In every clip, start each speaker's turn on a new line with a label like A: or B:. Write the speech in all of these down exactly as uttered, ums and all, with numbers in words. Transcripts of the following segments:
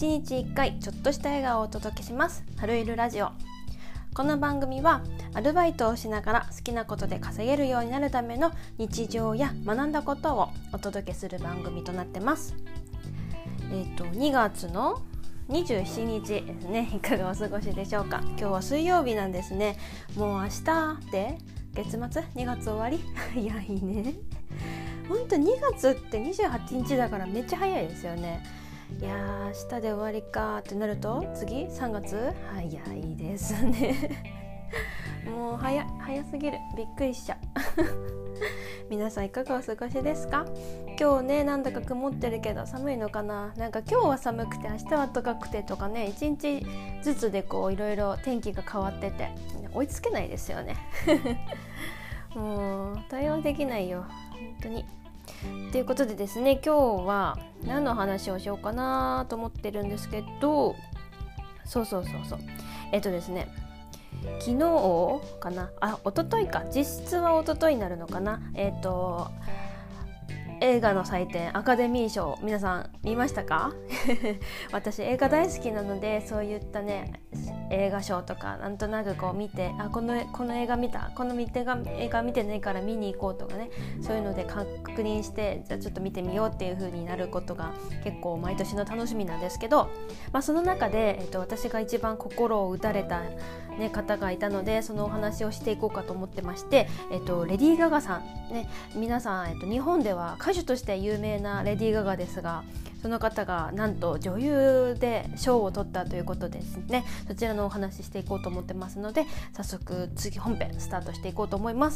A: ちにちいっかいちょっとした笑顔をお届けします。春いるラジオ。この番組はアルバイトをしながら好きなことで稼げるようになるための日常や学んだことをお届けする番組となってます。えっとにがつのにじゅうしちにちですね。いかがお過ごしでしょうか。今日は水曜日なんですね。もう明日で月末にがつ終わりいやいいね。ほんとにがつってにじゅうはちにちだからめっちゃ早いですよね。いやー明日で終わりかってなると次さんがつ早いですねもう早早すぎる、びっくりしちゃう皆さんいかがお過ごしですか。今日ねなんだか曇ってるけど寒いのかな。なんか今日は寒くて明日は暖かくてとかね、一日ずつでこういろいろ天気が変わってて追いつけないですよねもう対応できないよ本当に。ということでですね、今日は何の話をしようかなと思ってるんですけど、そうそうそうそうえっとですね昨日かなあ一昨日か実質は一昨日になるのかな。えっと映画の祭典アカデミー賞、皆さん見ましたか私映画大好きなので、そういったね映画賞とかなんとなくこう見て、あこのこの映画見たこの見てが映画見てないから見に行こうとかね、そういうので確認してじゃあちょっと見てみようっていう風になることが結構毎年の楽しみなんですけど、まあ、その中で、えっと、私が一番心を打たれた、ね、方がいたので、そのお話をしていこうかと思ってまして、えっと、レディー・ガガさん、ね、皆さん、えっと、日本では歌手として有名なレディー・ガガですが、その方がなんと女優で賞を取ったということですね。そちらのお話ししていこうと思ってますので、早速次本編スタートしていこうと思います。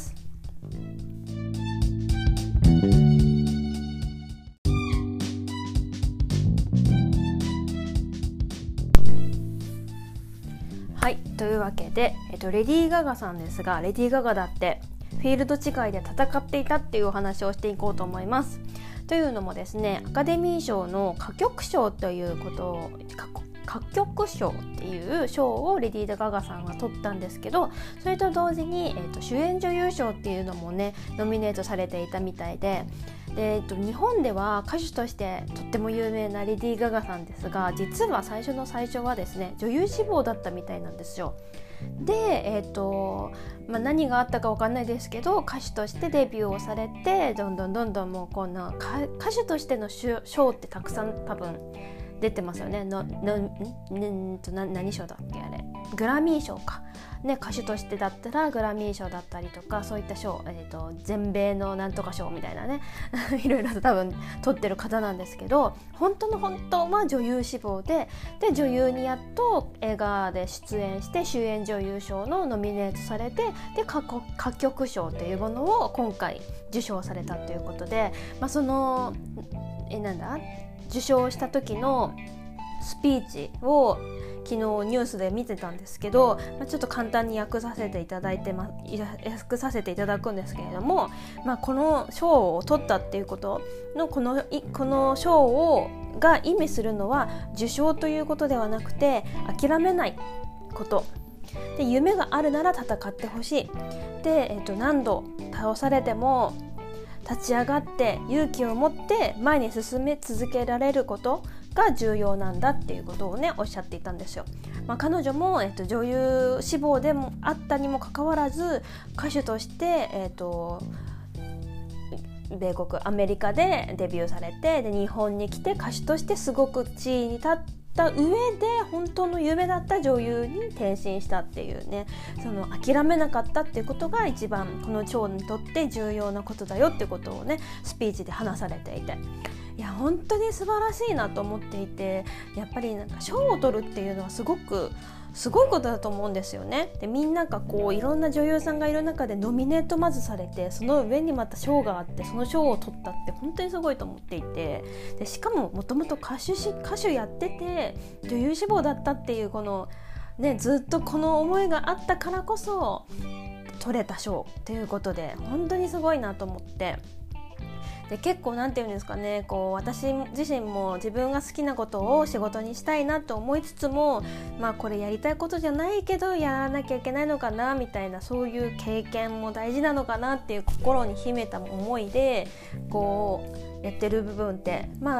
A: はい、というわけで、えっと、レディー・ガガさんですが、レディー・ガガだってフィールド違いで戦っていたっていうお話をしていこうと思います。というのもですね、アカデミー賞の歌曲賞ということを歌曲賞っていう賞をレディー・ガガさんが取ったんですけど、それと同時に、えーと、主演女優賞っていうのもねノミネートされていたみたいで、で、えーと、日本では歌手としてとっても有名なレディー・ガガさんですが、実は最初の最初はですね女優志望だったみたいなんですよ。で、えーとまあ、何があったか分かんないですけど、歌手としてデビューをされて、どんどんどんどんもうこんな歌手としての賞ってたくさん多分出てますよね。ののんんとな何賞だっけあれ、グラミー賞か、ね、歌手としてだったらグラミー賞だったりとか、そういった賞、えーと、全米のなんとか賞みたいなねいろいろと多分取ってる方なんですけど、本当の本当は女優志望で、で女優にやっと映画で出演して主演女優賞のノミネートされて、で歌曲賞というものを今回受賞されたということで、まあ、そのえなんだ受賞した時のスピーチを昨日ニュースで見てたんですけど、まあ、ちょっと簡単に訳させていただいて、ま、訳させていただくんですけれども、まあ、この賞を取ったっていうことのこのこの賞をが意味するのは、受賞ということではなくて諦めないことで、夢があるなら戦ってほしいで、えっと、何度倒されても立ち上がって勇気を持って前に進め続けられることが重要なんだっていうことをねおっしゃっていたんですよ。まあ、彼女も、えっと、女優志望でもあったにもかかわらず、歌手として、えっと、米国アメリカでデビューされて、で日本に来て歌手としてすごく地位に立って上で本当の夢だった女優に転身したっていうね、その諦めなかったっていうことが一番この賞にとって重要なことだよってことをねスピーチで話されていて、いや本当に素晴らしいなと思っていて、やっぱりなんか賞を取るっていうのはすごくすごいことだと思うんですよね。でみんながこういろんな女優さんがいる中でノミネートまずされて、その上にまた賞があって、その賞を取ったって本当にすごいと思っていて、でしかももともと歌手し歌手やってて女優志望だったっていうこのね、ずっとこの思いがあったからこそ取れた賞っていうことで本当にすごいなと思って。で結構なんていうんですかね、こう私自身も自分が好きなことを仕事にしたいなと思いつつも、まあこれやりたいことじゃないけどやらなきゃいけないのかなみたいな、そういう経験も大事なのかなっていう心に秘めた思いでこうやってる部分ってまあ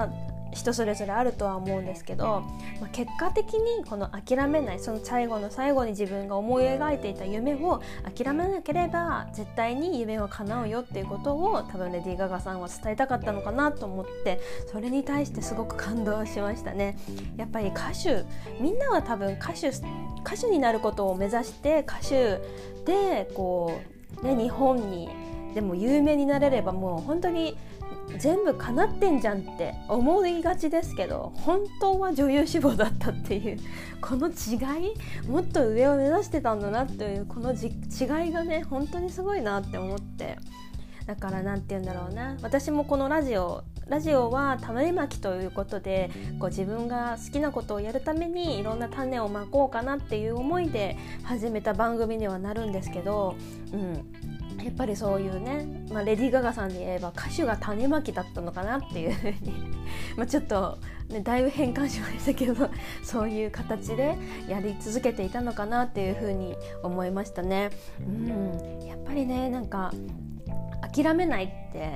A: 人それぞれあるとは思うんですけど、まあ、結果的にこの諦めない、その最後の最後に自分が思い描いていた夢を諦めなければ絶対に夢は叶うよっていうことを多分レディー・ガガさんは伝えたかったのかなと思って、それに対してすごく感動しましたね。やっぱり歌手、みんなは多分歌手歌手になることを目指して歌手でこう、ね、日本にでも有名になれればもう本当に全部叶ってんじゃんって思いがちですけど、本当は女優志望だったっていうこの違い、もっと上を目指してたんだなっていうこのじ違いがね本当にすごいなって思って、だからなんて言うんだろうな、私もこのラジオラジオは種まきということで、こう自分が好きなことをやるためにいろんな種をまこうかなっていう思いで始めた番組にはなるんですけど、うんやっぱりそういうね、まあ、レディー・ガガさんで言えば歌手が種まきだったのかなっていうふうにまあちょっと、ね、だいぶ変換しましたけどそういう形でやり続けていたのかなっていうふうに思いましたね。うん、やっぱりねなんか諦めないって、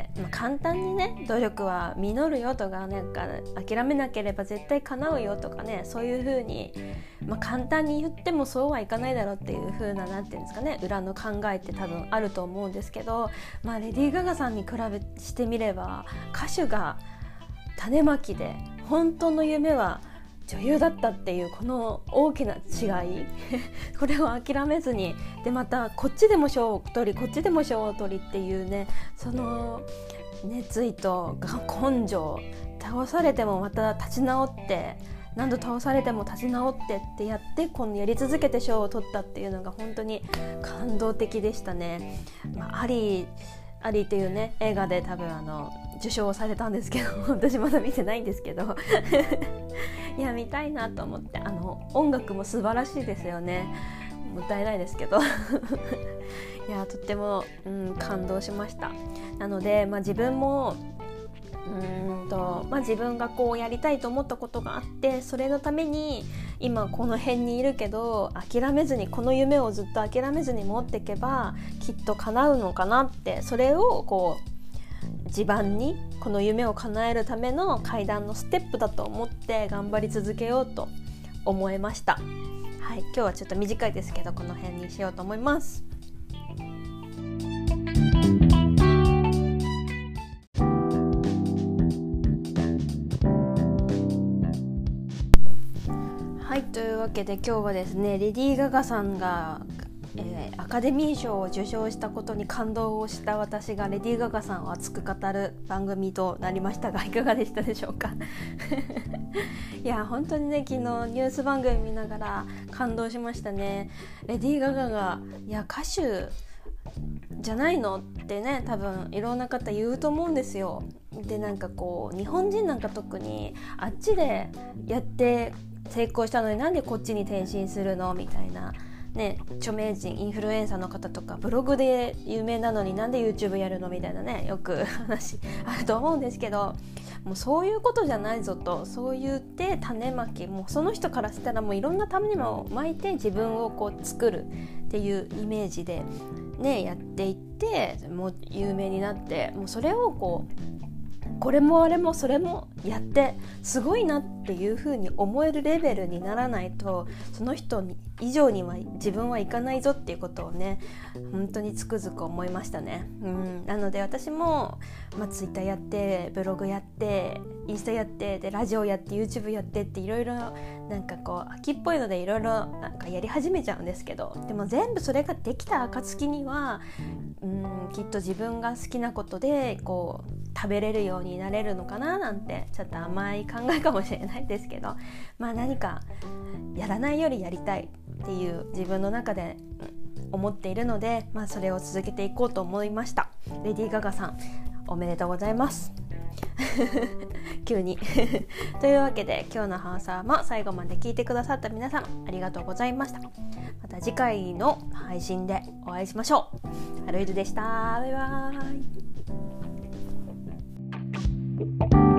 A: まあ、簡単にね努力は実るよとか、なんか諦めなければ絶対叶うよとかね、そういう風に、まあ、簡単に言ってもそうはいかないだろうっていう風な、なんていうんですかね、裏の考えって多分あると思うんですけど、まあ、レディー・ガガさんに比べしてみれば歌手が種まきで本当の夢は女優だったっていうこの大きな違いこれを諦めずに、でまたこっちでも賞を取りこっちでも賞を取りっていうね、その熱意と根性、倒されてもまた立ち直って、何度倒されても立ち直ってってやってこのやり続けて賞を取ったっていうのが本当に感動的でしたね。まあ、アリーアリーっていうね映画で多分あの受賞されたんですけど私まだ見てないんですけどいや見たいなと思って、あの音楽も素晴らしいですよね。歌えないですけどいやとっても、うん、感動しました。なので、まあ、自分もうーんと、まあ、自分がこうやりたいと思ったことがあって、それのために今この辺にいるけど諦めずに、この夢をずっと諦めずに持っていけばきっと叶うのかなって、それをこう地盤にこの夢を叶えるための階段のステップだと思って頑張り続けようと思いました。はい、今日はちょっと短いですけどこの辺にしようと思います。はい、というわけで今日はですね、レディー・ガガさんが、えー、アカデミー賞を受賞したことに感動をした私がレディー・ガガさんを熱く語る番組となりましたが、いかがでしたでしょうかいや本当にね、昨日ニュース番組見ながら感動しましたね。レディー・ガガがいや歌手じゃないのってね、多分いろんな方言うと思うんですよ。でなんかこう日本人なんか特にあっちでやって成功したのになんでこっちに転身するのみたいなね、著名人インフルエンサーの方とかブログで有名なのになんで YouTube やるのみたいなね、よく話あると思うんですけど、もうそういうことじゃないぞと、そう言って種まき、もうその人からしたらもういろんな種をまいて自分をこう作るっていうイメージでねやっていって、もう有名になって、もうそれをこうこれもあれもそれもやってすごいなっていう風に思えるレベルにならないと、その人以上には自分はいかないぞっていうことをね本当につくづく思いましたね。うん、なので私も、まあ、ツイッターやってブログやってインスタやってでラジオやって YouTube やってっていろいろなんかこう秋っぽいのでいろいろなんかやり始めちゃうんですけど、でも全部それができた暁にはうんきっと自分が好きなことでこう食べれるようになれるのかななんて、ちょっと甘い考えかもしれないですけど、まあ何かやらないよりやりたいっていう自分の中で思っているので、まあそれを続けていこうと思いました。レディー・ガガさんおめでとうございます急にというわけで今日の放送も最後まで聞いてくださった皆さんありがとうございました。また次回の配信でお会いしましょう。はるいるでした。バイバーイ。